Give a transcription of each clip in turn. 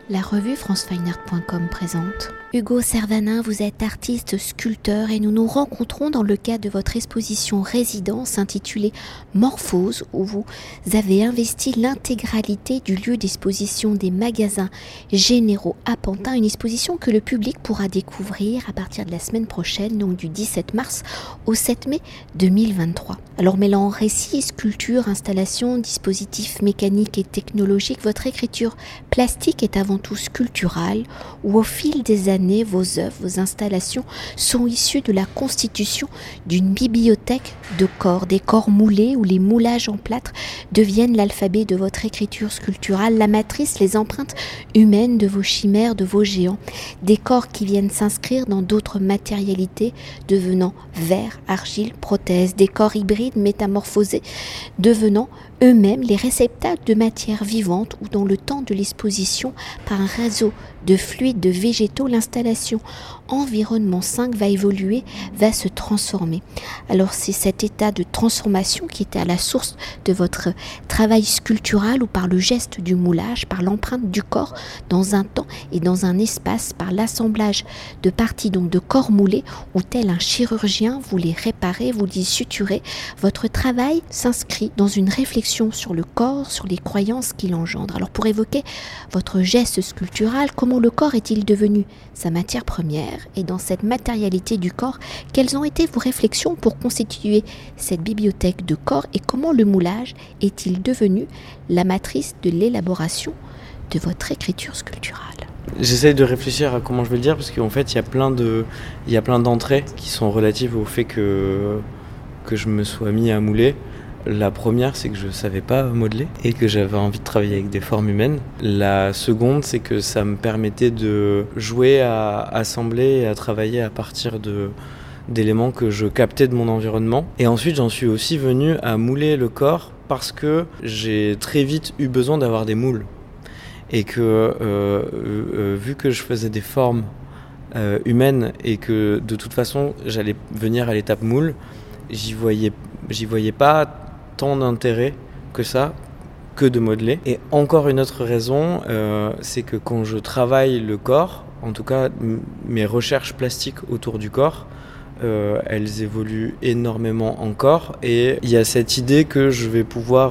La revue francefineart.com présente. Hugo Servanin, vous êtes artiste sculpteur et nous nous rencontrons dans le cadre de votre exposition résidence intitulée Morphose, où vous avez investi l'intégralité du lieu d'exposition des magasins généraux à Pantin, une exposition que le public pourra découvrir à partir de la semaine prochaine, donc du 17 mars au 7 mai 2023. Alors mêlant récits, sculptures, installations, dispositifs mécaniques et technologiques, votre écriture plastique est avant tout sculpturale, où au fil des années, vos œuvres, vos installations sont issues de la constitution d'une bibliothèque de corps, des corps moulés où les moulages en plâtre deviennent l'alphabet de votre écriture sculpturale, la matrice, les empreintes humaines de vos chimères, de vos géants, des corps qui viennent s'inscrire dans d'autres matérialités, devenant verre, argile, prothèse, des corps hybrides métamorphosés, devenant eux-mêmes les réceptacles de matière vivante où dans le temps de l'exposition, par un réseau de fluides, de végétaux, l'installation environnement 5 va évoluer, va se transformer. Alors c'est cet état de transformation qui était à la source de votre travail sculptural, ou par le geste du moulage, par l'empreinte du corps dans un temps et dans un espace, par l'assemblage de parties, donc de corps moulés, où tel un chirurgien vous les réparez, vous les suturez. Votre travail s'inscrit dans une réflexion sur le corps, sur les croyances qu'il engendre. Alors pour évoquer votre geste sculptural, comment le corps est-il devenu sa matière première, et dans cette matérialité du corps, quelles ont été vos réflexions pour constituer cette bibliothèque de corps, et comment le moulage est-il devenu la matrice de l'élaboration de votre écriture sculpturale? J'essaye de réfléchir à comment je vais le dire, parce qu'en fait il y a plein d'entrées qui sont relatives au fait que je me sois mis à mouler. La première, c'est que je savais pas modeler et que j'avais envie de travailler avec des formes humaines. La seconde, c'est que ça me permettait de jouer à assembler et à travailler à partir d'éléments que je captais de mon environnement. Et ensuite, j'en suis aussi venu à mouler le corps parce que j'ai très vite eu besoin d'avoir des moules. Et que vu que je faisais des formes humaines et que de toute façon, j'allais venir à l'étape moule, j'y voyais pas tant d'intérêt que ça, que de modeler. Et encore une autre raison, c'est que quand je travaille le corps, en tout cas mes recherches plastiques autour du corps, elles évoluent énormément encore, et il y a cette idée que je vais pouvoir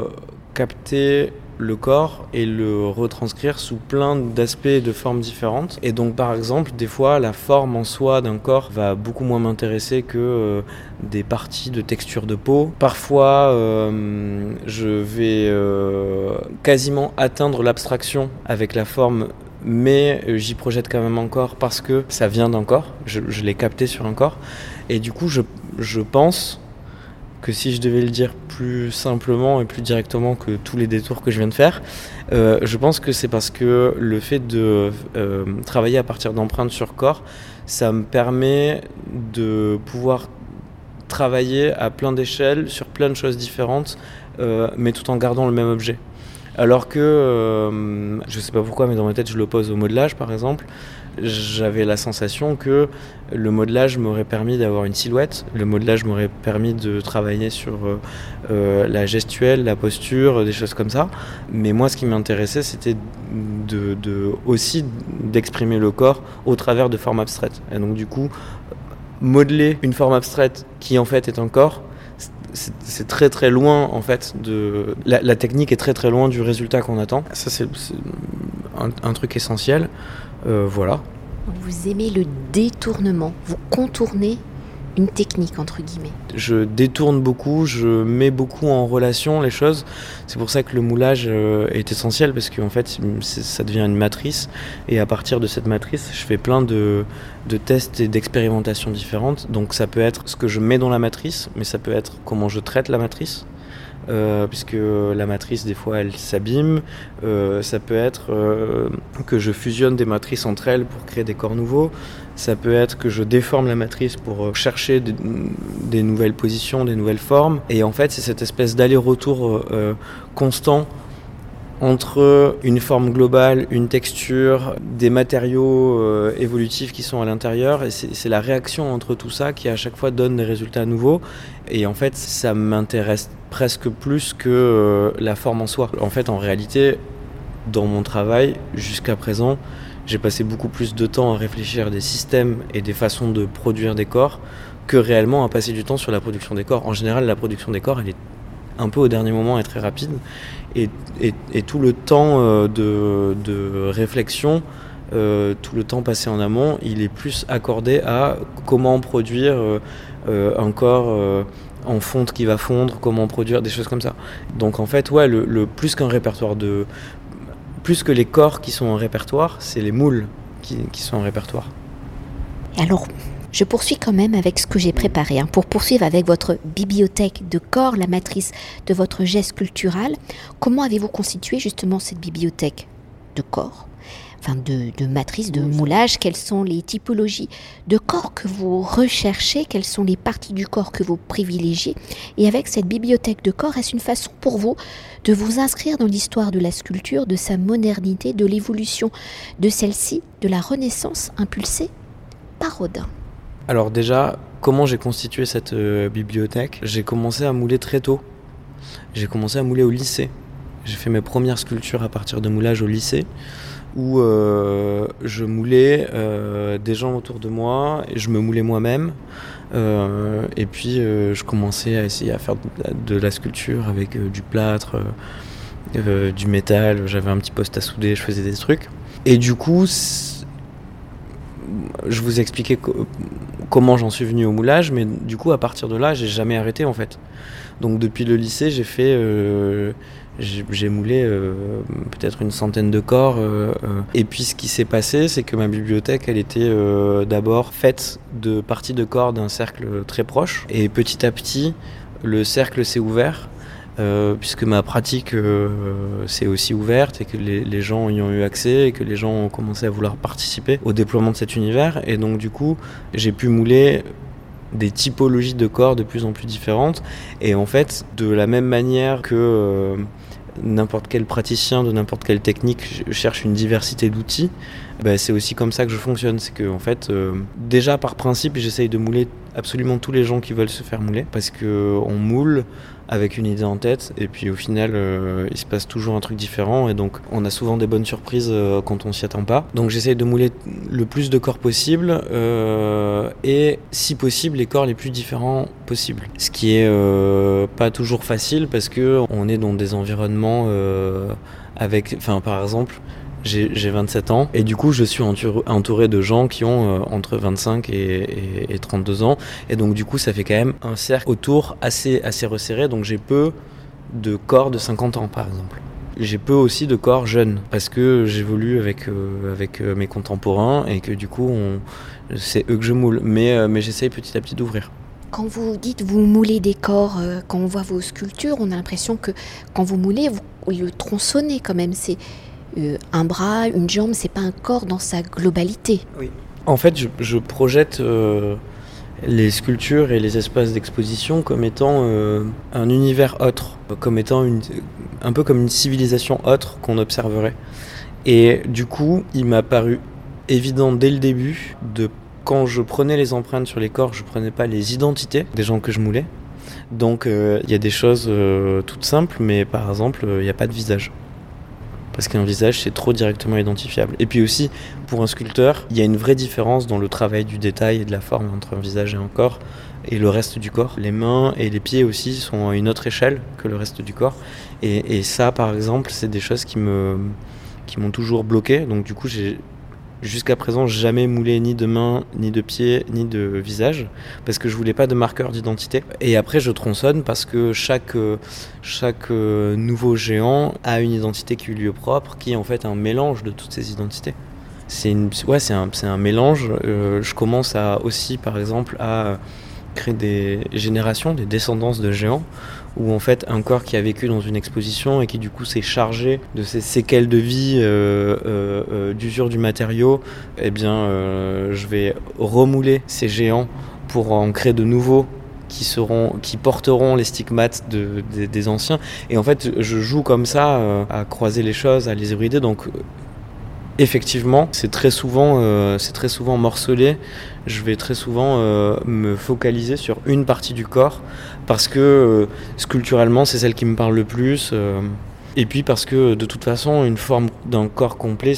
capter le corps et le retranscrire sous plein d'aspects et de formes différentes. Et donc par exemple, des fois la forme en soi d'un corps va beaucoup moins m'intéresser que des parties de texture de peau. Parfois je vais quasiment atteindre l'abstraction avec la forme, mais j'y projette quand même un corps parce que ça vient d'un corps, je l'ai capté sur un corps. Et du coup je pense que si je devais le dire plus simplement et plus directement que tous les détours que je viens de faire, je pense que c'est parce que le fait de travailler à partir d'empreintes sur corps, ça me permet de pouvoir travailler à plein d'échelles, sur plein de choses différentes, mais tout en gardant le même objet. Alors que, je sais pas pourquoi, mais dans ma tête je l'oppose au modelage par exemple. J'avais la sensation que le modelage m'aurait permis d'avoir une silhouette, le modelage m'aurait permis de travailler sur la gestuelle, la posture, des choses comme ça. Mais moi, ce qui m'intéressait, c'était aussi d'exprimer le corps au travers de formes abstraites. Et donc du coup, modeler une forme abstraite qui en fait est un corps, c'est très très loin en fait de la technique est très très loin du résultat qu'on attend. Ça c'est un truc essentiel. Voilà. Vous aimez le détournement, vous contournez une technique entre guillemets. Je détourne beaucoup, je mets beaucoup en relation les choses. C'est pour ça que le moulage est essentiel, parce qu'en fait ça devient une matrice, et à partir de cette matrice je fais plein de tests et d'expérimentations différentes. Donc ça peut être ce que je mets dans la matrice, mais ça peut être comment je traite la matrice. Puisque la matrice des fois elle s'abîme, ça peut être que je fusionne des matrices entre elles pour créer des corps nouveaux, ça peut être que je déforme la matrice pour chercher des nouvelles positions, des nouvelles formes, et en fait c'est cette espèce d'aller-retour constant entre une forme globale, une texture, des matériaux évolutifs qui sont à l'intérieur, et c'est la réaction entre tout ça qui à chaque fois donne des résultats nouveaux. Et en fait ça m'intéresse presque plus que la forme en soi. En fait en réalité dans mon travail, jusqu'à présent, j'ai passé beaucoup plus de temps à réfléchir à des systèmes et des façons de produire des corps que réellement à passer du temps sur la production des corps. En général, la production des corps, elle est un peu au dernier moment et très rapide. Et tout le temps de réflexion, tout le temps passé en amont, il est plus accordé à comment produire un corps en fonte qui va fondre, comment produire des choses comme ça. Donc en fait, ouais, le plus qu'un répertoire plus que les corps qui sont en répertoire, c'est les moules qui sont en répertoire. Et alors, je poursuis quand même avec ce que j'ai préparé. Pour poursuivre avec votre bibliothèque de corps, la matrice de votre geste sculptural, comment avez-vous constitué justement cette bibliothèque de corps, de matrice, de moulage? Quelles sont les typologies de corps que vous recherchez? Quelles sont les parties du corps que vous privilégiez? Et avec cette bibliothèque de corps, est-ce une façon pour vous de vous inscrire dans l'histoire de la sculpture, de sa modernité, de l'évolution de celle-ci, de la renaissance impulsée par Rodin? Alors déjà, comment j'ai constitué cette bibliothèque? J'ai commencé à mouler très tôt. J'ai commencé à mouler au lycée. J'ai fait mes premières sculptures à partir de moulage au lycée, où je moulais des gens autour de moi, et je me moulais moi-même. Et puis je commençais à essayer à faire de la sculpture avec du plâtre, du métal. J'avais un petit poste à souder, je faisais des trucs. Et du coup, je vous expliquais comment j'en suis venu au moulage, mais du coup à partir de là j'ai jamais arrêté en fait. Donc depuis le lycée j'ai moulé peut-être une centaine de corps, et puis ce qui s'est passé, c'est que ma bibliothèque elle était d'abord faite de parties de corps d'un cercle très proche, et petit à petit le cercle s'est ouvert. Puisque ma pratique s'est aussi ouverte et que les gens y ont eu accès et que les gens ont commencé à vouloir participer au déploiement de cet univers. Et donc du coup, j'ai pu mouler des typologies de corps de plus en plus différentes. Et en fait, de la même manière que n'importe quel praticien de n'importe quelle technique cherche une diversité d'outils, c'est aussi comme ça que je fonctionne. C'est que en fait, déjà par principe, j'essaye de mouler absolument tous les gens qui veulent se faire mouler, parce qu'on moule avec une idée en tête, et puis au final il se passe toujours un truc différent, et donc on a souvent des bonnes surprises quand on s'y attend pas. Donc j'essaye de mouler le plus de corps possible, et si possible les corps les plus différents possibles, ce qui est pas toujours facile, parce que on est dans des environnements par exemple j'ai 27 ans, et du coup je suis entouré de gens qui ont entre 25 et 32 ans, et donc du coup ça fait quand même un cercle autour assez resserré. Donc j'ai peu de corps de 50 ans par exemple. J'ai peu aussi de corps jeunes, parce que j'évolue avec mes contemporains, et que du coup c'est eux que je moule, mais j'essaye petit à petit d'ouvrir. Quand vous dites vous moulez des corps, quand on voit vos sculptures, on a l'impression que quand vous moulez, vous le tronçonnez quand même. C'est un bras, une jambe, c'est pas un corps dans sa globalité. Oui. En fait, je projette les sculptures et les espaces d'exposition comme étant un univers autre, comme étant un peu comme une civilisation autre qu'on observerait. Et du coup, il m'a paru évident dès le début, quand je prenais les empreintes sur les corps, je prenais pas les identités des gens que je moulais. Donc il y a des choses toutes simples, mais par exemple, il n'y a pas de visage. Parce qu'un visage, c'est trop directement identifiable. Et puis aussi, pour un sculpteur, il y a une vraie différence dans le travail du détail et de la forme entre un visage et un corps, et le reste du corps. Les mains et les pieds aussi sont à une autre échelle que le reste du corps. Et ça, par exemple, c'est des choses qui m'ont toujours bloqué. Donc du coup, j'ai jusqu'à présent jamais moulé ni de main, ni de pied, ni de visage, parce que je voulais pas de marqueur d'identité. Et après je tronçonne parce que chaque nouveau géant a une identité qui lui est propre, qui est en fait un mélange de toutes ces identités. C'est un mélange. Je commence aussi par exemple à créer des générations, des descendances de géants, où en fait un corps qui a vécu dans une exposition et qui du coup s'est chargé de ces séquelles de vie, d'usure du matériau, je vais remouler ces géants pour en créer de nouveaux qui porteront les stigmates des anciens. Et en fait je joue comme ça, à croiser les choses, à les hybrider. Donc effectivement, c'est très souvent morcelé. Je vais très souvent me focaliser sur une partie du corps, parce que sculpturalement, c'est celle qui me parle le plus. Et puis parce que de toute façon, une forme d'un corps complet,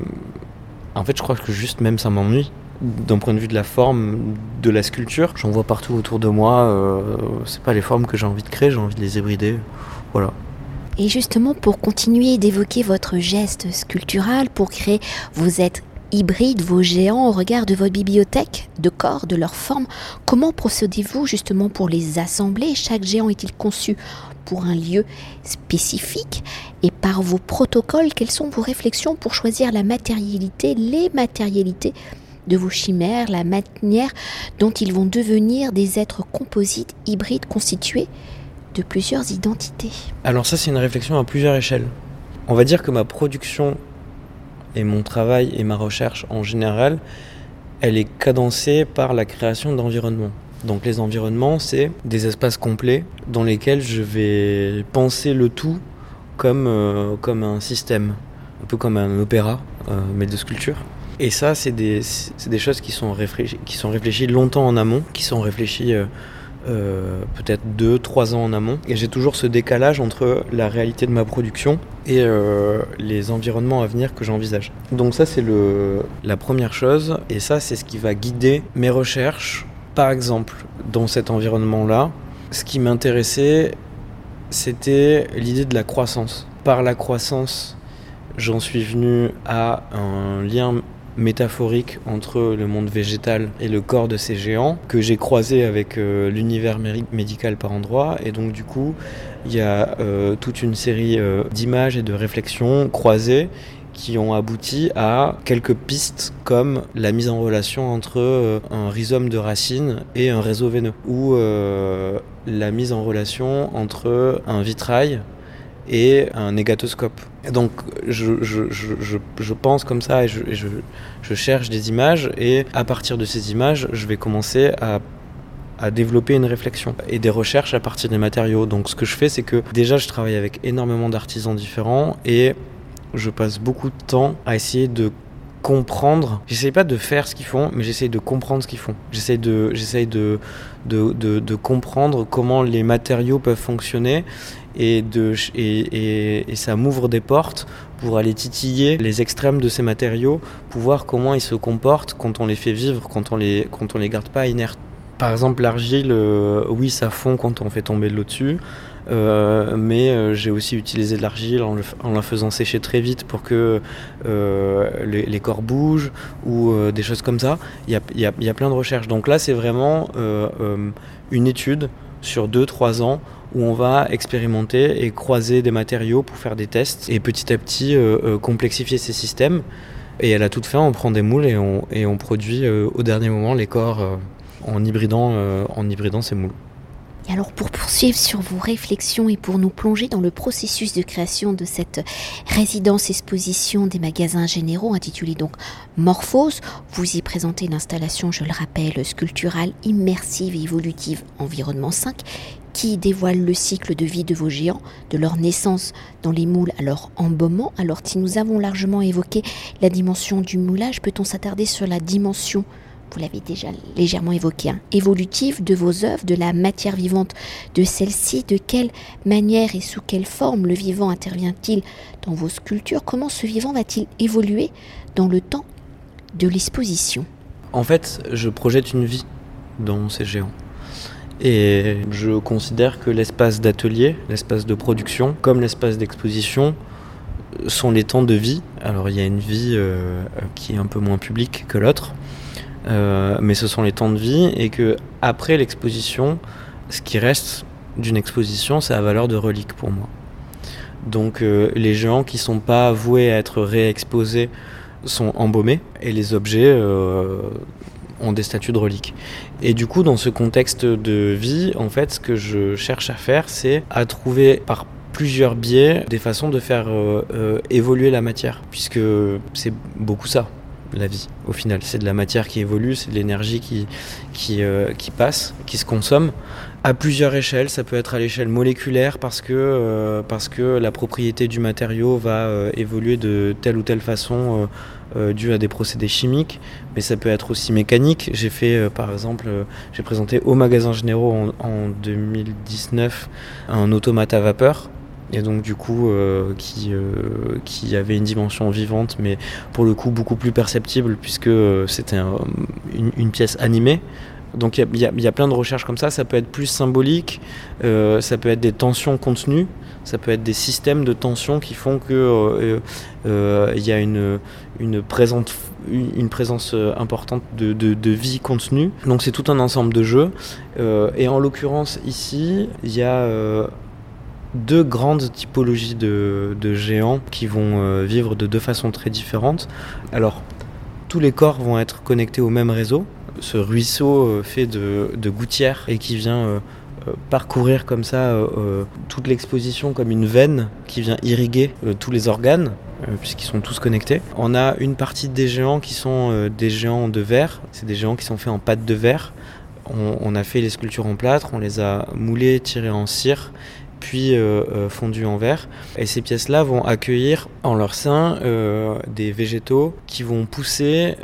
en fait, je crois que juste même ça m'ennuie. D'un point de vue de la forme, de la sculpture, j'en vois partout autour de moi. C'est pas les formes que j'ai envie de créer, j'ai envie de les hybrider. Voilà. Et justement, pour continuer d'évoquer votre geste sculptural, pour créer vos êtres hybrides, vos géants au regard de votre bibliothèque, de corps, de leur forme, comment procédez-vous justement pour les assembler? Chaque géant est-il conçu pour un lieu spécifique? Et par vos protocoles, quelles sont vos réflexions pour choisir la matérialité, les matérialités de vos chimères, la manière dont ils vont devenir des êtres composites, hybrides, constitués de plusieurs identités? Alors ça, c'est une réflexion à plusieurs échelles. On va dire que ma production et mon travail et ma recherche en général, elle est cadencée par la création d'environnements. Donc les environnements, c'est des espaces complets dans lesquels je vais penser le tout comme un système, un peu comme un opéra, mais de sculpture. Et ça, c'est des choses qui sont réfléchies longtemps en amont, qui sont réfléchies peut-être 2-3 ans en amont. Et j'ai toujours ce décalage entre la réalité de ma production et les environnements à venir que j'envisage. Donc ça, c'est la première chose. Et ça, c'est ce qui va guider mes recherches. Par exemple, dans cet environnement-là, ce qui m'intéressait, c'était l'idée de la croissance. Par la croissance, j'en suis venu à un lien métaphorique entre le monde végétal et le corps de ces géants que j'ai croisé avec l'univers médical par endroits. Et donc du coup, il y a toute une série d'images et de réflexions croisées qui ont abouti à quelques pistes comme la mise en relation entre un rhizome de racines et un réseau veineux, ou la mise en relation entre un vitrail et un négatoscope. Donc je pense comme ça et je cherche des images, et à partir de ces images, je vais commencer à développer une réflexion et des recherches à partir des matériaux. Donc ce que je fais, c'est que déjà je travaille avec énormément d'artisans différents et je passe beaucoup de temps à essayer de comprendre. J'essaye pas de faire ce qu'ils font, mais j'essaye de comprendre ce qu'ils font. J'essaye de comprendre comment les matériaux peuvent fonctionner, et ça m'ouvre des portes pour aller titiller les extrêmes de ces matériaux, pour voir comment ils se comportent quand on les fait vivre, quand on les garde pas inertes. Par exemple, l'argile, oui, ça fond quand on fait tomber de l'eau dessus. Mais j'ai aussi utilisé de l'argile en la faisant sécher très vite pour que les corps bougent, ou des choses comme ça. Il y a plein de recherches. Donc là, c'est vraiment une étude sur 2-3 ans où on va expérimenter et croiser des matériaux pour faire des tests et petit à petit complexifier ces systèmes. Et à la toute fin, on prend des moules et on produit au dernier moment les corps en hybridant ces moules. Et alors, pour poursuivre sur vos réflexions et pour nous plonger dans le processus de création de cette résidence-exposition des magasins généraux intitulée donc Morphose, vous y présentez l'installation, je le rappelle, sculpturale, immersive et évolutive Environnement 5, qui dévoile le cycle de vie de vos géants, de leur naissance dans les moules à leur embaumement. Alors, si nous avons largement évoqué la dimension du moulage, peut-on s'attarder sur la dimension, vous l'avez déjà légèrement évoqué, évolutive de vos œuvres, de la matière vivante de celle-ci? De quelle manière et sous quelle forme le vivant intervient-il dans vos sculptures? Comment ce vivant va-t-il évoluer dans le temps de l'exposition? En fait, je projette une vie dans ces géants. Et je considère que l'espace d'atelier, l'espace de production, comme l'espace d'exposition, sont les temps de vie. Alors il y a une vie qui est un peu moins publique que l'autre, mais ce sont les temps de vie, et que après l'exposition, ce qui reste d'une exposition, c'est la valeur de relique pour moi. Donc les géants qui sont pas voués à être réexposés sont embaumés, et les objets ont des statuts de reliques. Et du coup, dans ce contexte de vie, en fait, ce que je cherche à faire, c'est à trouver par plusieurs biais des façons de faire évoluer la matière, puisque c'est beaucoup ça, la vie. Au final, c'est de la matière qui évolue, c'est de l'énergie qui passe, qui se consomme à plusieurs échelles. Ça peut être à l'échelle moléculaire parce que la propriété du matériau va évoluer de telle ou telle façon dû à des procédés chimiques, mais ça peut être aussi mécanique. J'ai fait par exemple, j'ai présenté au magasin généraux en 2019 un automate à vapeur et donc du coup qui avait une dimension vivante, mais pour le coup beaucoup plus perceptible puisque c'était une pièce animée. Donc il y a plein de recherches comme ça peut être plus symbolique, ça peut être des tensions contenues, ça peut être des systèmes de tension qui font que y a une présence importante de vie contenue. Donc c'est tout un ensemble de jeux, et en l'occurrence ici il y a deux grandes typologies de géants qui vont vivre de deux façons très différentes. Alors tous les corps vont être connectés au même réseau. Ce ruisseau fait de gouttières et qui vient parcourir comme ça toute l'exposition comme une veine qui vient irriguer tous les organes puisqu'ils sont tous connectés. On a une partie des géants qui sont des géants de verre, c'est des géants qui sont faits en pâte de verre. On a fait les sculptures en plâtre, on les a moulées, tirées en cire, puis fondues en verre. Et ces pièces-là vont accueillir en leur sein des végétaux qui vont pousser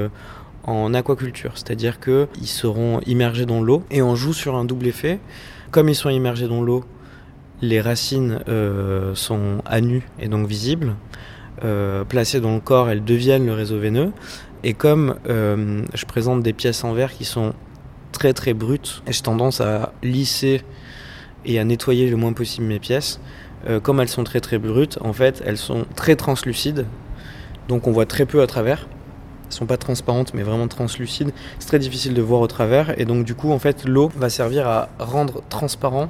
en aquaculture, c'est-à-dire qu'ils seront immergés dans l'eau et on joue sur un double effet. Comme ils sont immergés dans l'eau, les racines sont à nu et donc visibles. Placées dans le corps, elles deviennent le réseau veineux. Et comme je présente des pièces en verre qui sont très très brutes, et j'ai tendance à lisser et à nettoyer le moins possible mes pièces, comme elles sont très très brutes, en fait elles sont très translucides, donc on voit très peu à travers. Elles sont pas transparentes mais vraiment translucides, c'est très difficile de voir au travers, et donc du coup en fait l'eau va servir à rendre transparent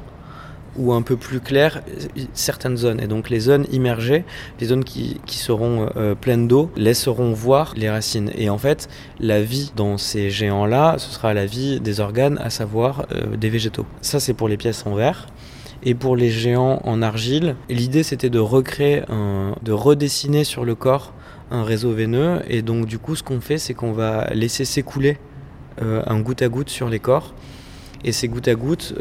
ou un peu plus clair certaines zones, et donc les zones immergées, les zones qui seront pleines d'eau, laisseront voir les racines. Et en fait la vie dans ces géants là, ce sera la vie des organes, à savoir des végétaux. Ça c'est pour les pièces en verre. Et pour les géants en argile, l'idée c'était de recréer de redessiner sur le corps un réseau veineux, et donc du coup ce qu'on fait c'est qu'on va laisser s'écouler un goutte à goutte sur les corps, et ces gouttes à gouttes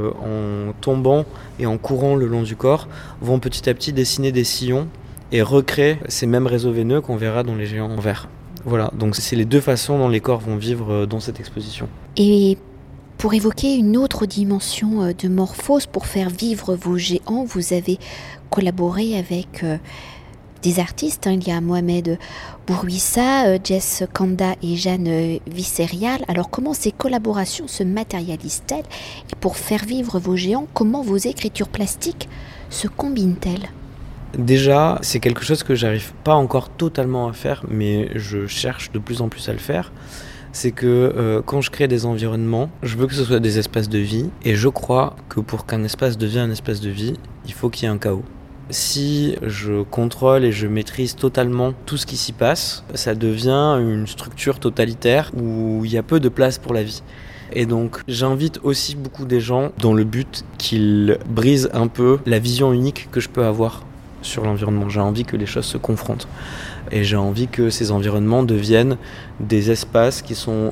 en tombant et en courant le long du corps vont petit à petit dessiner des sillons et recréer ces mêmes réseaux veineux qu'on verra dans les géants en verre. Voilà, donc c'est les deux façons dont les corps vont vivre dans cette exposition. Et pour évoquer une autre dimension de Morphose, pour faire vivre vos géants, vous avez collaboré avec des artistes. Il y a Mohamed Bourouissa, Jess Kanda et Jeanne Visserial. Alors comment ces collaborations se matérialisent-elles? Et pour faire vivre vos géants, comment vos écritures plastiques se combinent-elles? Déjà, c'est quelque chose que j'arrive pas encore totalement à faire, mais je cherche de plus en plus à le faire. C'est que quand je crée des environnements, je veux que ce soit des espaces de vie, et je crois que pour qu'un espace devienne un espace de vie, il faut qu'il y ait un chaos. Si je contrôle et je maîtrise totalement tout ce qui s'y passe, ça devient une structure totalitaire où il y a peu de place pour la vie. Et donc j'invite aussi beaucoup des gens dans le but qu'ils brisent un peu la vision unique que je peux avoir sur l'environnement. J'ai envie que les choses se confrontent. Et j'ai envie que ces environnements deviennent des espaces qui sont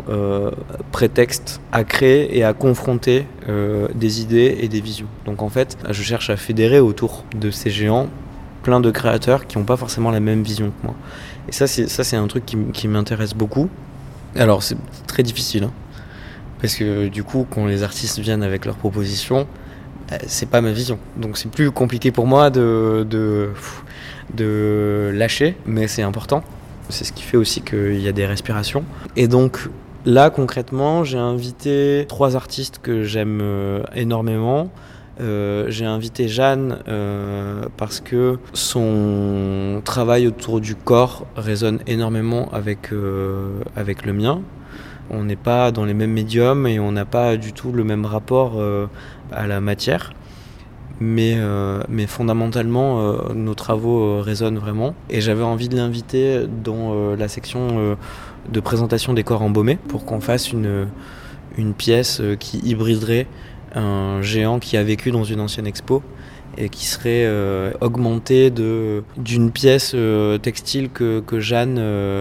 prétextes à créer et à confronter des idées et des visions. Donc en fait, je cherche à fédérer autour de ces géants plein de créateurs qui n'ont pas forcément la même vision que moi. Et ça c'est un truc qui m'intéresse beaucoup. Alors c'est très difficile, hein, parce que du coup, quand les artistes viennent avec leurs propositions, c'est pas ma vision. Donc c'est plus compliqué pour moi de lâcher, mais c'est important. C'est ce qui fait aussi qu'il y a des respirations. Et donc là, concrètement, j'ai invité 3 artistes que j'aime énormément. J'ai invité Jeanne parce que son travail autour du corps résonne énormément avec le mien. On n'est pas dans les mêmes médiums et on n'a pas du tout le même rapport à la matière. Mais fondamentalement, nos travaux résonnent vraiment. Et j'avais envie de l'inviter dans la section de présentation des corps embaumés pour qu'on fasse une pièce qui hybriderait un géant qui a vécu dans une ancienne expo et qui serait augmenté d'une pièce textile que Jeanne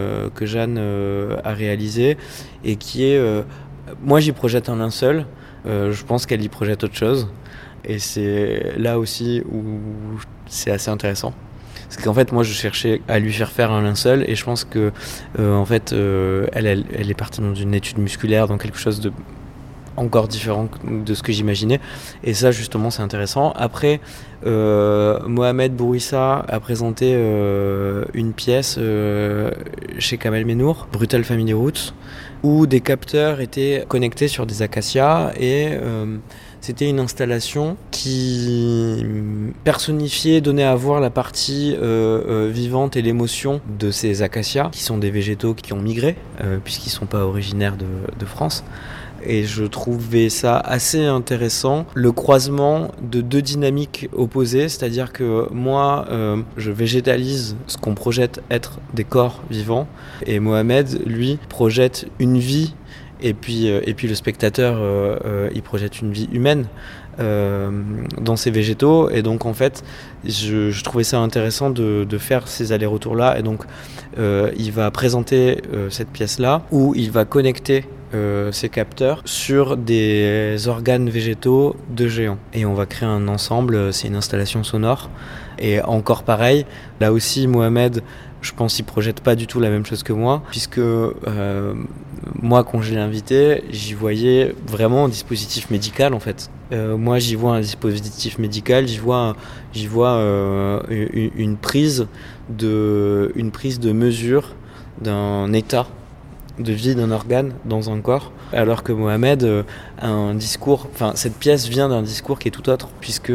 a réalisée et qui est... moi j'y projette un linceul, je pense qu'elle y projette autre chose. Et c'est là aussi où c'est assez intéressant. Parce qu'en fait, moi, je cherchais à lui faire un linceul, et je pense que, en fait, elle est partie dans une étude musculaire, dans quelque chose de encore différent de ce que j'imaginais. Et ça, justement, c'est intéressant. Après, Mohamed Bouissa a présenté une pièce chez Kamel Mennour, Brutal Family Roots, où des capteurs étaient connectés sur des acacias et c'était une installation qui personnifiait, donnait à voir la partie vivante et l'émotion de ces acacias, qui sont des végétaux qui ont migré, puisqu'ils ne sont pas originaires de France. Et je trouvais ça assez intéressant, le croisement de deux dynamiques opposées, c'est-à-dire que moi, je végétalise ce qu'on projette être des corps vivants, et Mohamed, lui, projette une vie, et puis le spectateur, il projette une vie humaine dans ces végétaux, et donc en fait, je trouvais ça intéressant de faire ces allers-retours-là, et donc il va présenter cette pièce-là, où il va connecter ces capteurs sur des organes végétaux de géants. Et on va créer un ensemble, c'est une installation sonore. Et encore pareil, là aussi Mohamed, je pense qu'il projette pas du tout la même chose que moi, puisque moi quand je l'ai invité, j'y voyais vraiment un dispositif médical en fait. Moi j'y vois un dispositif médical, j'y vois une prise de mesure d'un état de vie d'un organe dans un corps, alors que Mohamed a un discours, enfin cette pièce vient d'un discours qui est tout autre, puisque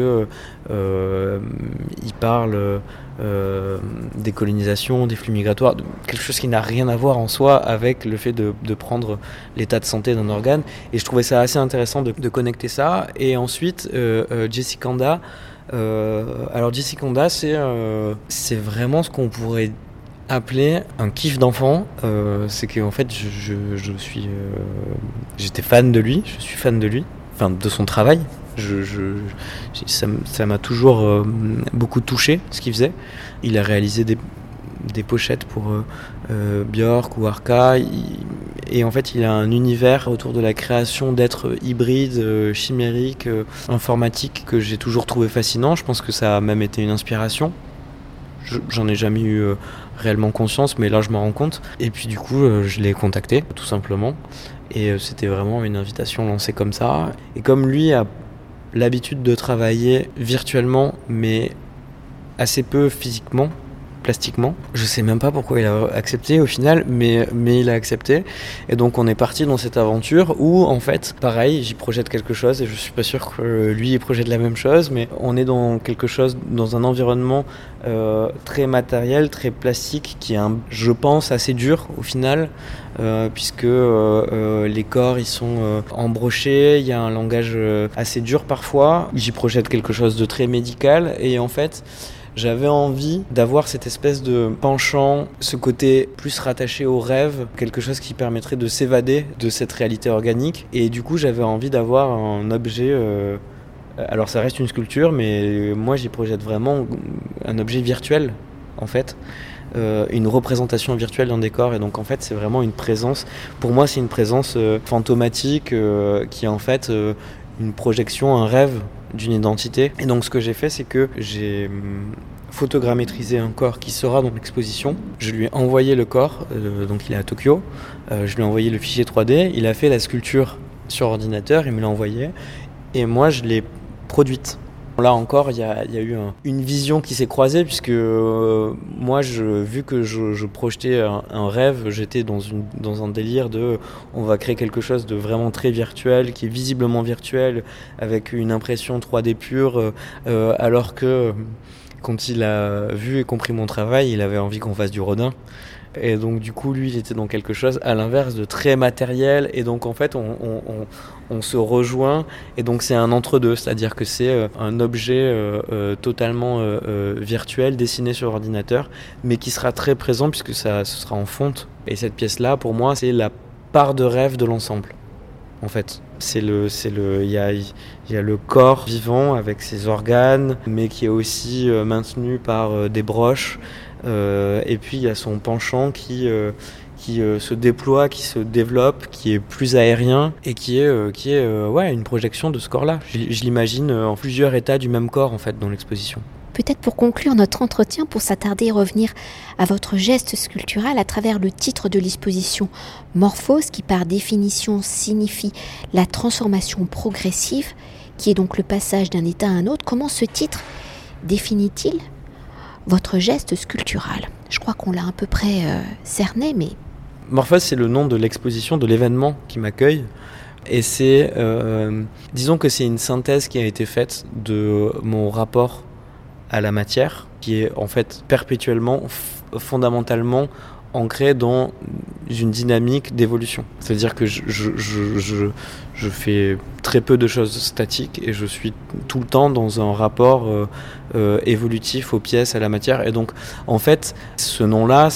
il parle des colonisations, des flux migratoires, quelque chose qui n'a rien à voir en soi avec le fait de prendre l'état de santé d'un organe, et je trouvais ça assez intéressant de connecter ça. Et ensuite Jessie Kanda, alors Jessie Kanda c'est vraiment ce qu'on pourrait appeler un kiff d'enfant. C'est qu'en fait j'étais fan de lui, je suis fan de lui, enfin de son travail. Ça m'a toujours beaucoup touché ce qu'il faisait. Il a réalisé des pochettes pour Björk ou Arca, et en fait il a un univers autour de la création d'êtres hybrides, chimériques, informatiques, que j'ai toujours trouvé fascinant. Je pense que ça a même été une inspiration. J'en ai jamais eu réellement conscience, mais là je m'en rends compte. Et puis du coup je l'ai contacté tout simplement, et c'était vraiment une invitation lancée comme ça. Et comme lui a l'habitude de travailler virtuellement mais assez peu physiquement, plastiquement, je sais même pas pourquoi il a accepté au final, mais il a accepté. Et donc on est parti dans cette aventure où en fait pareil, j'y projette quelque chose, et je suis pas sûr que lui il projette la même chose, mais on est dans quelque chose, dans un environnement très matériel, très plastique, qui est je pense assez dur au final, puisque les corps ils sont embrochés, il y a un langage assez dur parfois. J'y projette quelque chose de très médical, et en fait j'avais envie d'avoir cette espèce de penchant, ce côté plus rattaché au rêve, quelque chose qui permettrait de s'évader de cette réalité organique. Et du coup, j'avais envie d'avoir un objet. Alors, ça reste une sculpture, mais moi, j'y projette vraiment un objet virtuel, en fait. Une représentation virtuelle d'un décor. Et donc, en fait, c'est vraiment une présence. Pour moi, c'est une présence fantomatique qui est en fait une projection, un rêve d'une identité. Et donc ce que j'ai fait, c'est que j'ai photogrammétrisé un corps qui sera dans l'exposition. Je lui ai envoyé le corps, donc il est à Tokyo, je lui ai envoyé le fichier 3D, il a fait la sculpture sur ordinateur, il me l'a envoyé, et moi je l'ai produite. Là encore, il y a eu une vision qui s'est croisée, puisque moi, vu que je projetais un rêve, j'étais dans un délire on va créer quelque chose de vraiment très virtuel, qui est visiblement virtuel, avec une impression 3D pure, alors que quand il a vu et compris mon travail, il avait envie qu'on fasse du Rodin. Et donc du coup lui il était dans quelque chose à l'inverse de très matériel, et donc en fait on se rejoint, et donc c'est un entre-deux, c'est-à-dire que c'est un objet totalement virtuel, dessiné sur ordinateur, mais qui sera très présent puisque ce sera en fonte. Et cette pièce là pour moi c'est la part de rêve de l'ensemble en fait. Il y a le corps vivant avec ses organes, mais qui est aussi maintenu par des broches. Et puis il y a son penchant qui se déploie, qui se développe, qui est plus aérien, et qui est une projection de ce corps-là. Je l'imagine en plusieurs états du même corps en fait dans l'exposition. peut-être pour conclure notre entretien, pour s'attarder et revenir à votre geste sculptural à travers le titre de l'exposition Morphose, qui par définition signifie la transformation progressive, qui est donc le passage d'un état à un autre. Comment ce titre définit-il votre geste sculptural ? Je crois qu'on l'a à peu près cerné, mais... Morphose, c'est le nom de l'exposition, de l'événement qui m'accueille. Et c'est, disons que c'est une synthèse qui a été faite de mon rapport à la matière, qui est en fait perpétuellement, fondamentalement ancré dans une dynamique d'évolution. C'est-à-dire que je fais très peu de choses statiques et je suis tout le temps dans un rapport évolutif aux pièces, à la matière. Et donc, en fait, ce nom-là,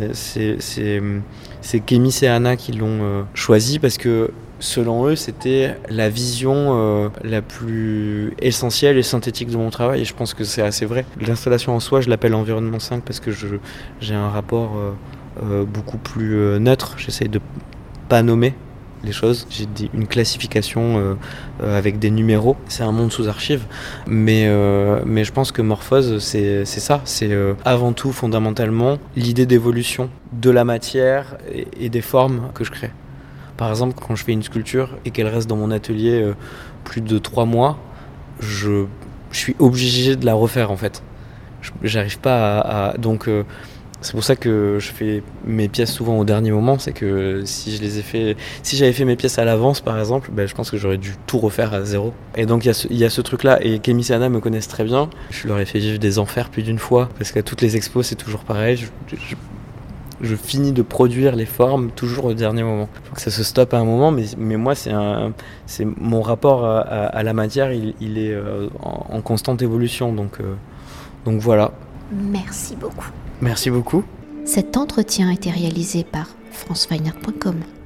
c'est Kémy et Anna qui l'ont choisi parce que selon eux, c'était la vision la plus essentielle et synthétique de mon travail, et je pense que c'est assez vrai. L'installation en soi, je l'appelle Environnement 5 parce que j'ai un rapport beaucoup plus neutre. J'essaye de pas nommer les choses. J'ai une classification avec des numéros. C'est un monde sous archives, mais je pense que Morphose, c'est ça. C'est avant tout, fondamentalement, l'idée d'évolution de la matière et des formes que je crée. Par exemple, quand je fais une sculpture et qu'elle reste dans mon atelier plus de 3 mois, je suis obligé de la refaire en fait. J'arrive pas à... Donc c'est pour ça que je fais mes pièces souvent au dernier moment. C'est que si j'avais fait mes pièces à l'avance par exemple, je pense que j'aurais dû tout refaire à zéro. Et donc il y a ce truc là, et Kémy et Anna me connaissent très bien. Je leur ai fait vivre des enfers plus d'une fois, parce qu'à toutes les expos c'est toujours pareil. Je finis de produire les formes toujours au dernier moment. Il faut que ça se stoppe à un moment, mais moi, c'est mon rapport à la matière, il est en constante évolution. Donc voilà. Merci beaucoup. Merci beaucoup. Cet entretien a été réalisé par franceweiner.com.